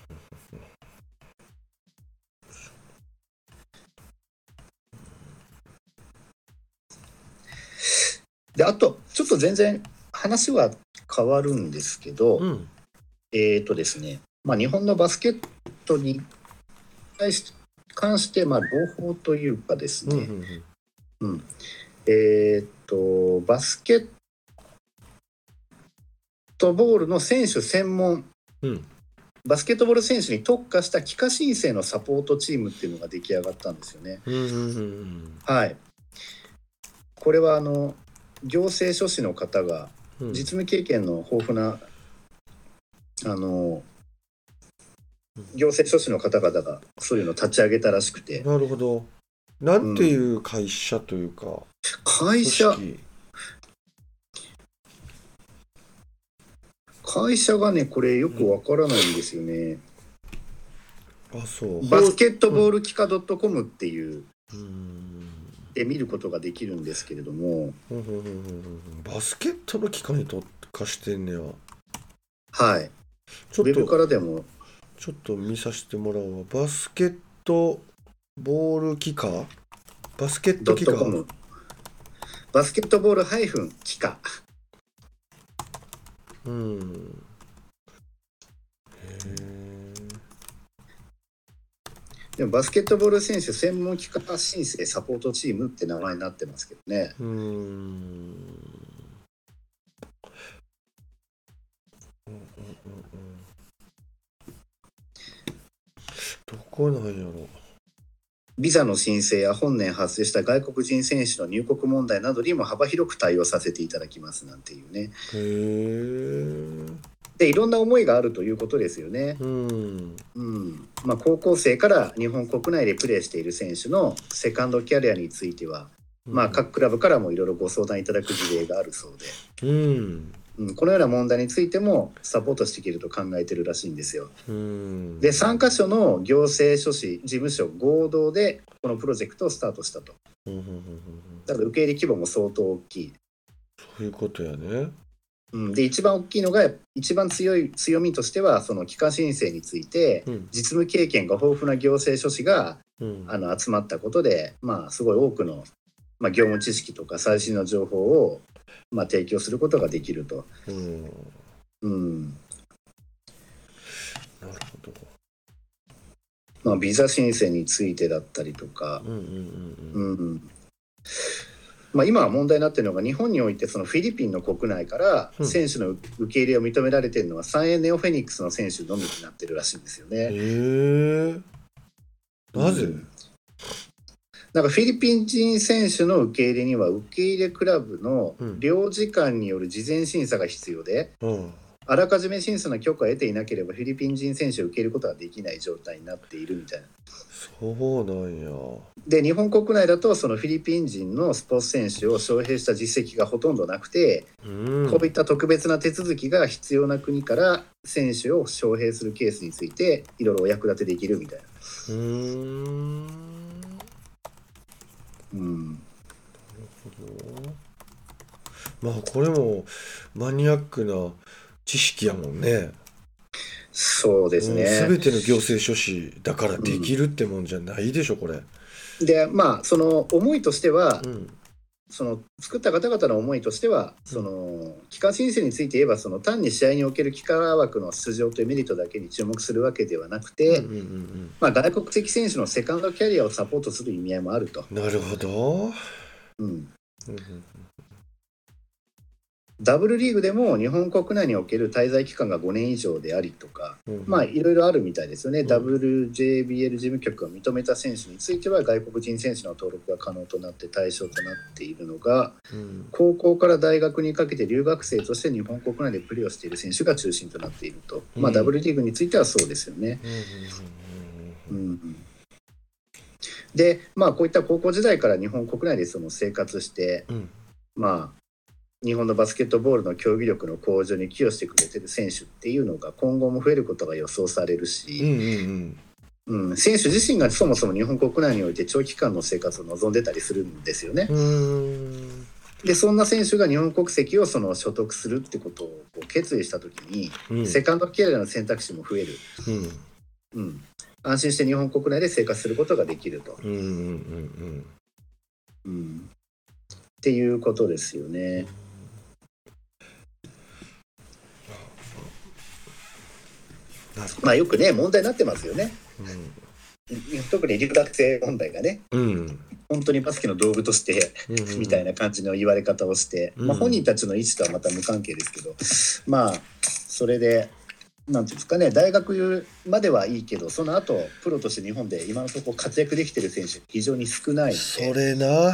であとちょっと全然話は変わるんですけど、ですね、まあ、日本のバスケットに関して、まあ、朗報というかですね、バスケットボールの選手専門、バスケットボール選手に特化した帰化申請のサポートチームっていうのが出来上がったんですよね。はい。これは行政書士の方が実務経験の豊富な行政書士の方々がそういうのを立ち上げたらしくて。 なるほど。なんていう会社というか、 会社がねこれよくわからないんですよね。 あ、そう。 バスケットボール機構 .com っていうで見ることができるんですけれども、 バスケットの機関に特化してんねや。 はい。ウェブからでもちょっと見させてもらおう。バスケットボール機構、バスケット機構、 バスケットボール機構。でもバスケットボール選手専門帰化申請サポートチームって名前になってますけどね。 どこなんやろ。 ビザの申請や本年発生した外国人選手の入国問題などにも幅広く対応させていただきますなんていうね。でいろんな思いがあるということですよね。まあ、高校生から日本国内でプレーしている選手のセカンドキャリアについては、まあ、各クラブからもいろいろご相談いただく事例があるそうで、このような問題についてもサポートしていけると考えてるらしいんですよ。で3カ所の行政書士事務所合同でこのプロジェクトをスタートしたと。だから受け入れ規模も相当大きい。 そういうことやね。 で一番大きいのが一番強みとしてはその帰化申請について、実務経験が豊富な行政書士が、集まったことで、まあ、すごい多くの、まあ、業務知識とか最新の情報を、まあ、提供することができると。なるほど。まあ、ビザ申請についてだったりとか、まあ、今は問題になっているのが日本においてそのフィリピンの国内から選手の受け入れを認められているのは三円ネオフェニックスの選手のみになってるらしいんですよね。 なぜ？ なんかフィリピン人選手の受け入れには受け入れクラブの領事館による事前審査が必要で、あらかじめ審査の許可を得ていなければフィリピン人選手を受け入れることはできない状態になっているみたいな。 そうなんや。 で日本国内だとそのフィリピン人のスポーツ選手を招聘した実績がほとんどなくて、こういった特別な手続きが必要な国から選手を招聘するケースについていろいろお役立てできるみたいな。なるほど。まあこれもマニアックな知識やもんね。 そうですね。 全ての行政書士だからできるってもんじゃないでしょ、これ。 でまあその思いとしては、その作った方々の思いとしては、その帰化申請について言えばその単に試合における帰化枠の出場というメリットだけに注目するわけではなくて、まあ、外国籍選手のセカンドキャリアをサポートする意味合いもあると。 なるほど。 ダブルリーグでも日本国内における滞在期間が5年以上でありとか、まあいろいろあるみたいですよね。WJBL 事務局が認めた選手については外国人選手の登録が可能となって対象となっているのが、高校から大学にかけて留学生として日本国内でプレーをしている選手が中心となっていると。まあダブルリーグについてはそうですよね。でまあこういった高校時代から日本国内でその生活して、まあ日本のバスケットボールの競技力の向上に寄与してくれてる選手っていうのが今後も増えることが予想されるし、選手自身がそもそも日本国内において長期間の生活を望んでたりするんですよね。でそんな選手が日本国籍をその所得するってことをこう決意した時に、セカンドキャリアの選択肢も増える、安心して日本国内で生活することができると、っていうことですよね。まあよくね問題になってますよね、特に留学生問題がね、本当にバスケの道具としてみたいな感じの言われ方をして、まあ、本人たちの意思とはまた無関係ですけど、まあそれでなんていうんですかね、大学まではいいけどその後プロとして日本で今のところ活躍できてる選手非常に少ないので。 それな、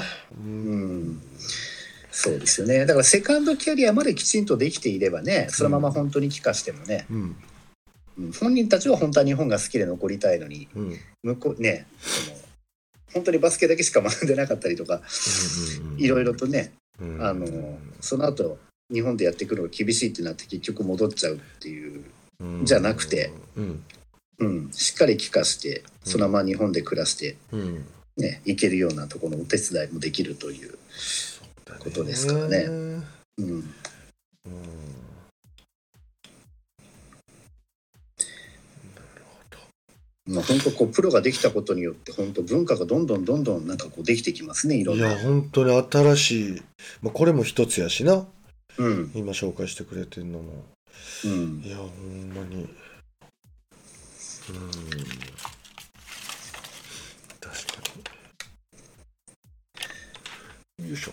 そうですよね。だからセカンドキャリアまできちんとできていればね、そのまま本当に帰化してもね、本人たちは本当は日本が好きで残りたいのに、向こうね、その本当にバスケだけしか学んでなかったりとか、いろいろとね、その後日本でやっていくのが厳しいってなって結局戻っちゃうっていう、じゃなくて、しっかり帰化してそのまま日本で暮らして、行けるようなところのお手伝いもできるということですからね。まあ、本当こうプロができたことによって本当文化がどんどんなんかこうできてきますね。いろんな。 いや本当に新しい、まあ、これも一つやしな、今紹介してくれてるのも、いやほんまに確かに。よいしょ。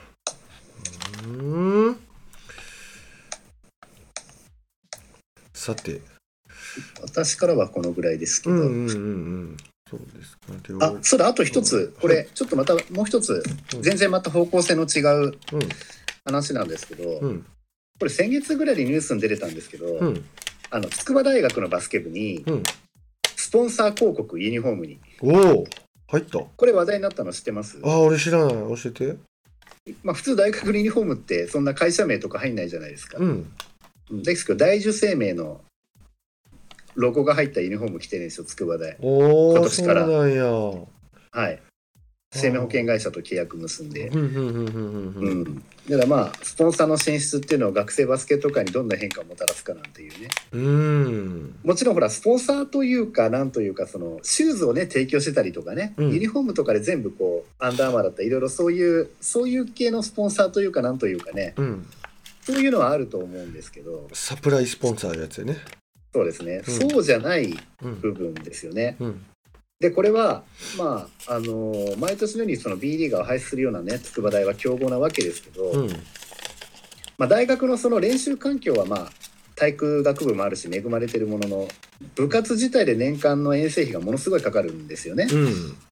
さて私からはこのぐらいですけど、 そうですか。 そうだ、あと一つ、これちょっとまたもう一つ、全然また方向性の違う話なんですけど、これ先月ぐらいでニュースに出れたんですけど、筑波大学のバスケ部にスポンサー広告ユニフォームに入った。これ話題になったの知ってます？ 俺知らない。教えて。 まあ普通大学のユニフォームってそんな会社名とか入んないじゃないですか。ですけど大樹生命のロゴが入ったユニフォーム着てるんですよ、筑波大。今年から。 そうなんや。 はい。生命保険会社と契約結んで。だからまあスポンサーの進出っていうのは学生バスケット界にどんな変化をもたらすかなんていうね。もちろんほらスポンサーというかなんというかそのシューズをね提供してたりとかね、ユニフォームとかで全部こうアンダーアーマーだったりいろいろそういう系のスポンサーというかなんというかね、そういうのはあると思うんですけど。 サプライスポンサーのやつよね。 そうですね、そうじゃない部分ですよね。でこれはまあ毎年のようにその B リーガーを輩出するようなね筑波大は強豪なわけですけど、まあ、大学のその練習環境はまあ体育学部もあるし恵まれてるものの部活自体で年間の遠征費がものすごいかかるんですよね。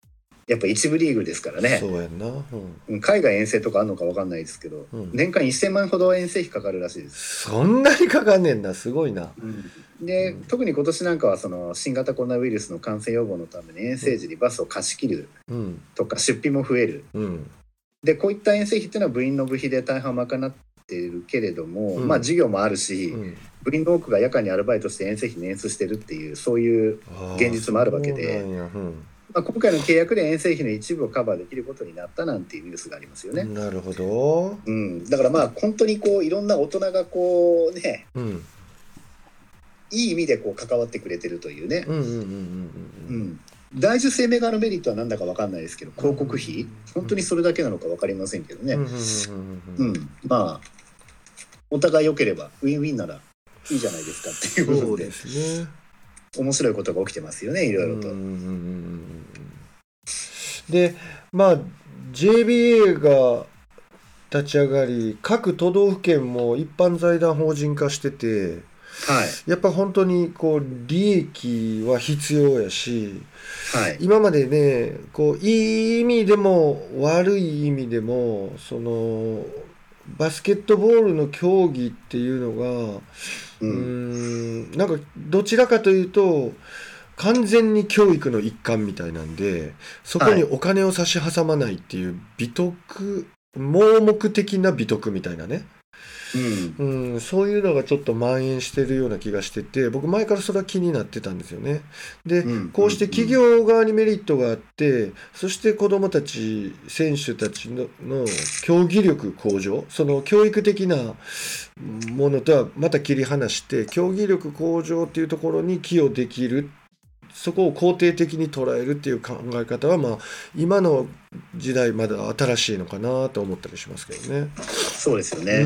やっぱ一部リーグですからね。 そうやんな、 海外遠征とかあるのか分かんないですけど、年間1000万ほど遠征費かかるらしいです。 そんなにかかんねんな、すごいな。 で、特に今年なんかはその新型コロナウイルスの感染予防のために遠征時にバスを貸し切るとか出費も増える、でこういった遠征費っていうのは部員の部費で大半賄っているけれども、まあ授業もあるし、部員の多くが夜間にアルバイトして遠征費捻出してるっていう、そういう現実もあるわけで、まあ、今回の契約で遠征費の一部をカバーできることになったなんていうニュースがありますよね。 なるほど、 だからまあ本当にこういろんな大人がこうね、いい意味でこう関わってくれてるというね。大樹生命側のメリットはなんだか分かんないですけど、広告費本当にそれだけなのか分かりませんけどね。まあお互い良ければウィンウィンならいいじゃないですかっていう部分で、そうですね、面白いことが起きてますよね、いろいろと。 でまあ JBA が立ち上がり、各都道府県も一般財団法人化してて、やっぱ本当にこう利益は必要やし、今までねこういい意味でも悪い意味でもそのバスケットボールの競技っていうのが、なんかどちらかというと完全に教育の一環みたいなんで、そこにお金を差し挟まないっていう美徳、盲目的な美徳みたいなね、そういうのがちょっと蔓延してるような気がしてて、僕前からそれは気になってたんですよね。で、こうして企業側にメリットがあって、そして子どもたち選手たちの競技力向上、その教育的なものとはまた切り離して競技力向上っていうところに寄与できる、そこを肯定的に捉えるっていう考え方は、まあ今の時代まだ新しいのかなと思ったりしますけどね。 そうですよね。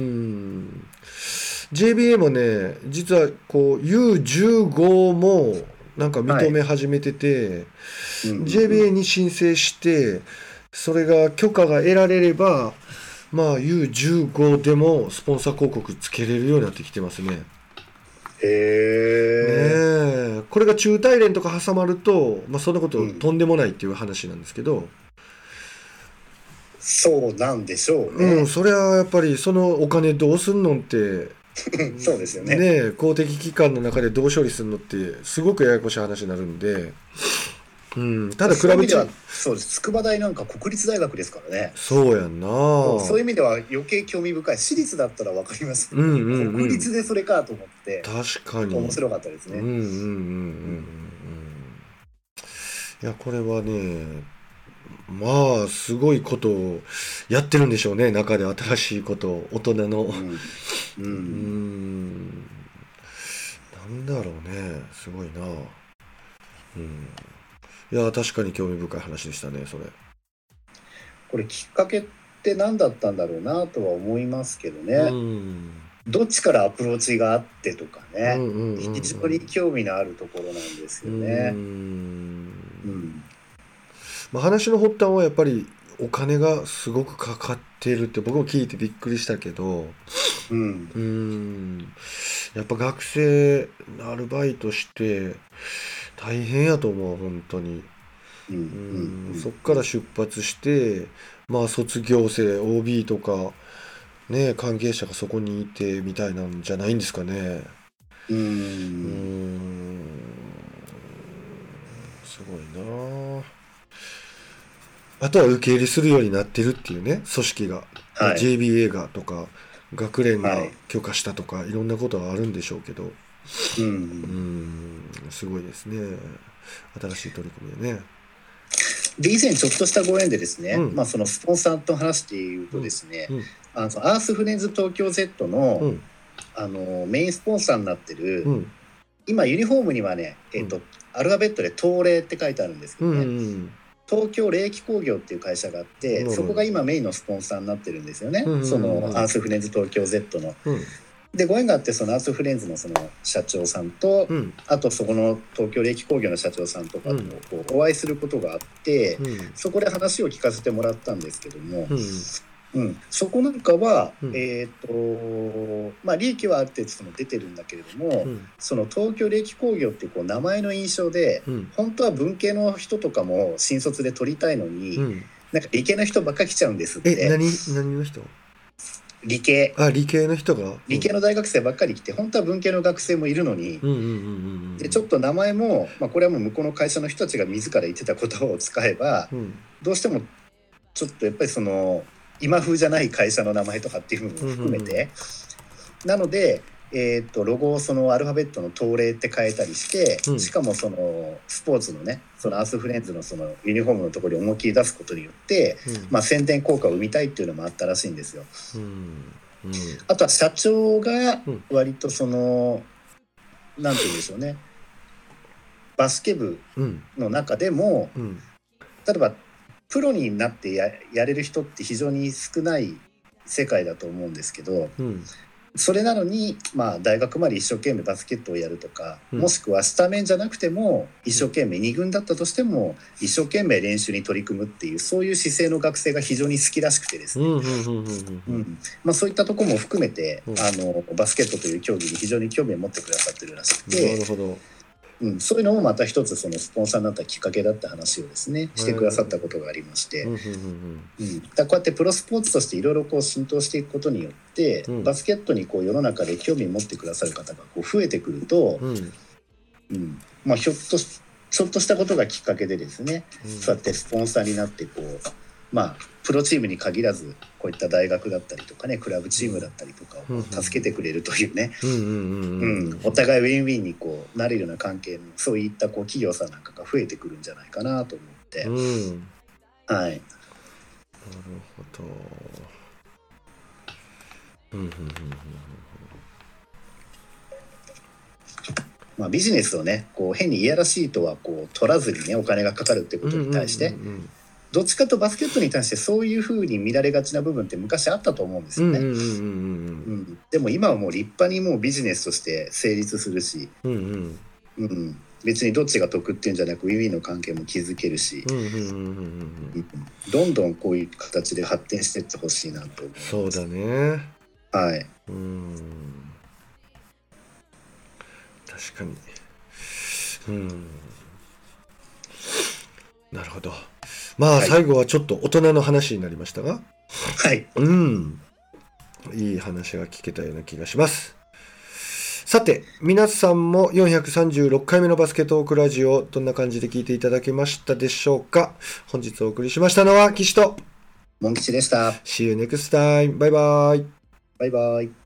JBA もね、実はこう U15 もなんか認め始めてて、JBA に申請してそれが許可が得られれば、まあ U15 でもスポンサー広告つけれるようになってきてますね。これが中大連とか挟まると、まあ、そんなこととんでもないっていう話なんですけど、 そうなんでしょうね。 それはやっぱりそのお金どうすんのってそうですよね。 公的機関の中でどう処理するのってすごくややこしい話になるんで、ただクラブチーム、 そうです。筑波大なんか国立大学ですからね。 そうやんな。 そういう意味では余計興味深い。私立だったら分かりますけど、国立でそれかと思って確かに面白かったですね。 いやこれはね、まあすごいことをやってるんでしょうね、中で新しいことを、大人のなんだろうね、すごいな。いや確かに興味深い話でしたね。それこれきっかけって何だったんだろうなとは思いますけどね。どっちからアプローチがあってとかね、非常に興味のあるところなんですよね。 まあ、話の発端はやっぱりお金がすごくかかってるって僕も聞いてびっくりしたけど、やっぱ学生アルバイトして大変やと思う、本当に。そっから出発して、まあ卒業生 OB とかね、関係者がそこにいてみたいなんじゃないんですかね。すごいな。あとは受け入れするようになってるっていうね、組織が、JBA がとか学連が許可したとか、いろんなことがあるんでしょうけど、すごいですね、新しい取り組みでね。 で以前ちょっとしたご縁でですね、まあ、そのスポンサーと話しているとですね、アースフレンズ東京 Z の、メインスポンサーになってる、今ユニフォームにはね、アルファベットで東レって書いてあるんですけどね、東京冷気工業っていう会社があって、そこが今メインのスポンサーになってるんですよね、そのアースフレンズ東京 Z の。でご縁があって、そのアースフレンズのその社長さんと、あとそこの東京冷気工業の社長さんとかとこうお会いすることがあって、そこで話を聞かせてもらったんですけども、 そこなんかは、 うん利益はある程度その出てるんだけれども、その東京レキ工業ってこう名前の印象で、本当は文系の人とかも新卒で取りたいのに、なんか理系の人ばっか来ちゃうんですって。 何の人？ 理系の人が、 理系の大学生ばっかり来て、本当は文系の学生もいるのに、でちょっと名前も、これはもう向こうの会社の人たちが自ら言ってた言葉を使えば、どうしてもちょっとやっぱりその今風じゃない会社の名前とかっていうのも含めて、なので、ロゴをそのアルファベットの東レって変えたりして、しかもそのスポーツのね、そのアースフレンズのそのユニフォームのところに思いっきり出すことによって、宣伝効果を生みたいっていうのもあったらしいんですよ。あとは社長が割とその、なんて言うんでしょうね、バスケ部の中でも、例えばプロになってやれる人って非常に少ない世界だと思うんですけど、それなのに、大学まで一生懸命バスケットをやるとか、もしくはスタメンじゃなくても一生懸命2軍だったとしても一生懸命練習に取り組むっていう、そういう姿勢の学生が非常に好きらしくてですね、そういったところも含めて、バスケットという競技に非常に興味を持ってくださってるらしくて、 なるほど。 そういうのもまた一つそのスポンサーになったきっかけだった話をですねしてくださったことがありまして、だこうやってプロスポーツとしていろいろこう浸透していくことによって、バスケットにこう世の中で興味を持ってくださる方がこう増えてくると、ちょっとしたことがきっかけでですね、そうやってスポンサーになってこうプロチームに限らずこういった大学だったりとかね、クラブチームだったりとかを助けてくれるというね、お互いウィンウィンにこうなるような関係の、そういったこう企業さんなんかが増えてくるんじゃないかなと思って、はい。なるほど。ビジネスをねこう変にいやらしいとはこう取らずにね、お金がかかるってことに対して、どっちかとバスケットに対してそういう風に見られがちな部分って昔あったと思うんですよね。でも今はもう立派にもうビジネスとして成立するし、別にどっちが得っていうんじゃなくウィンウィンの関係も築けるし、どんどんこういう形で発展していってほしいなと思います。 そうだね。 はい。 確かに。なるほど。最後はちょっと大人の話になりましたが、いい話が聞けたような気がします。さて、皆さんも436回目のバスケトークラジオ、どんな感じで聞いていただけましたでしょうか。本日お送りしましたのは岸とモン吉でした。 See you next time. バイバイ。 バイバイ。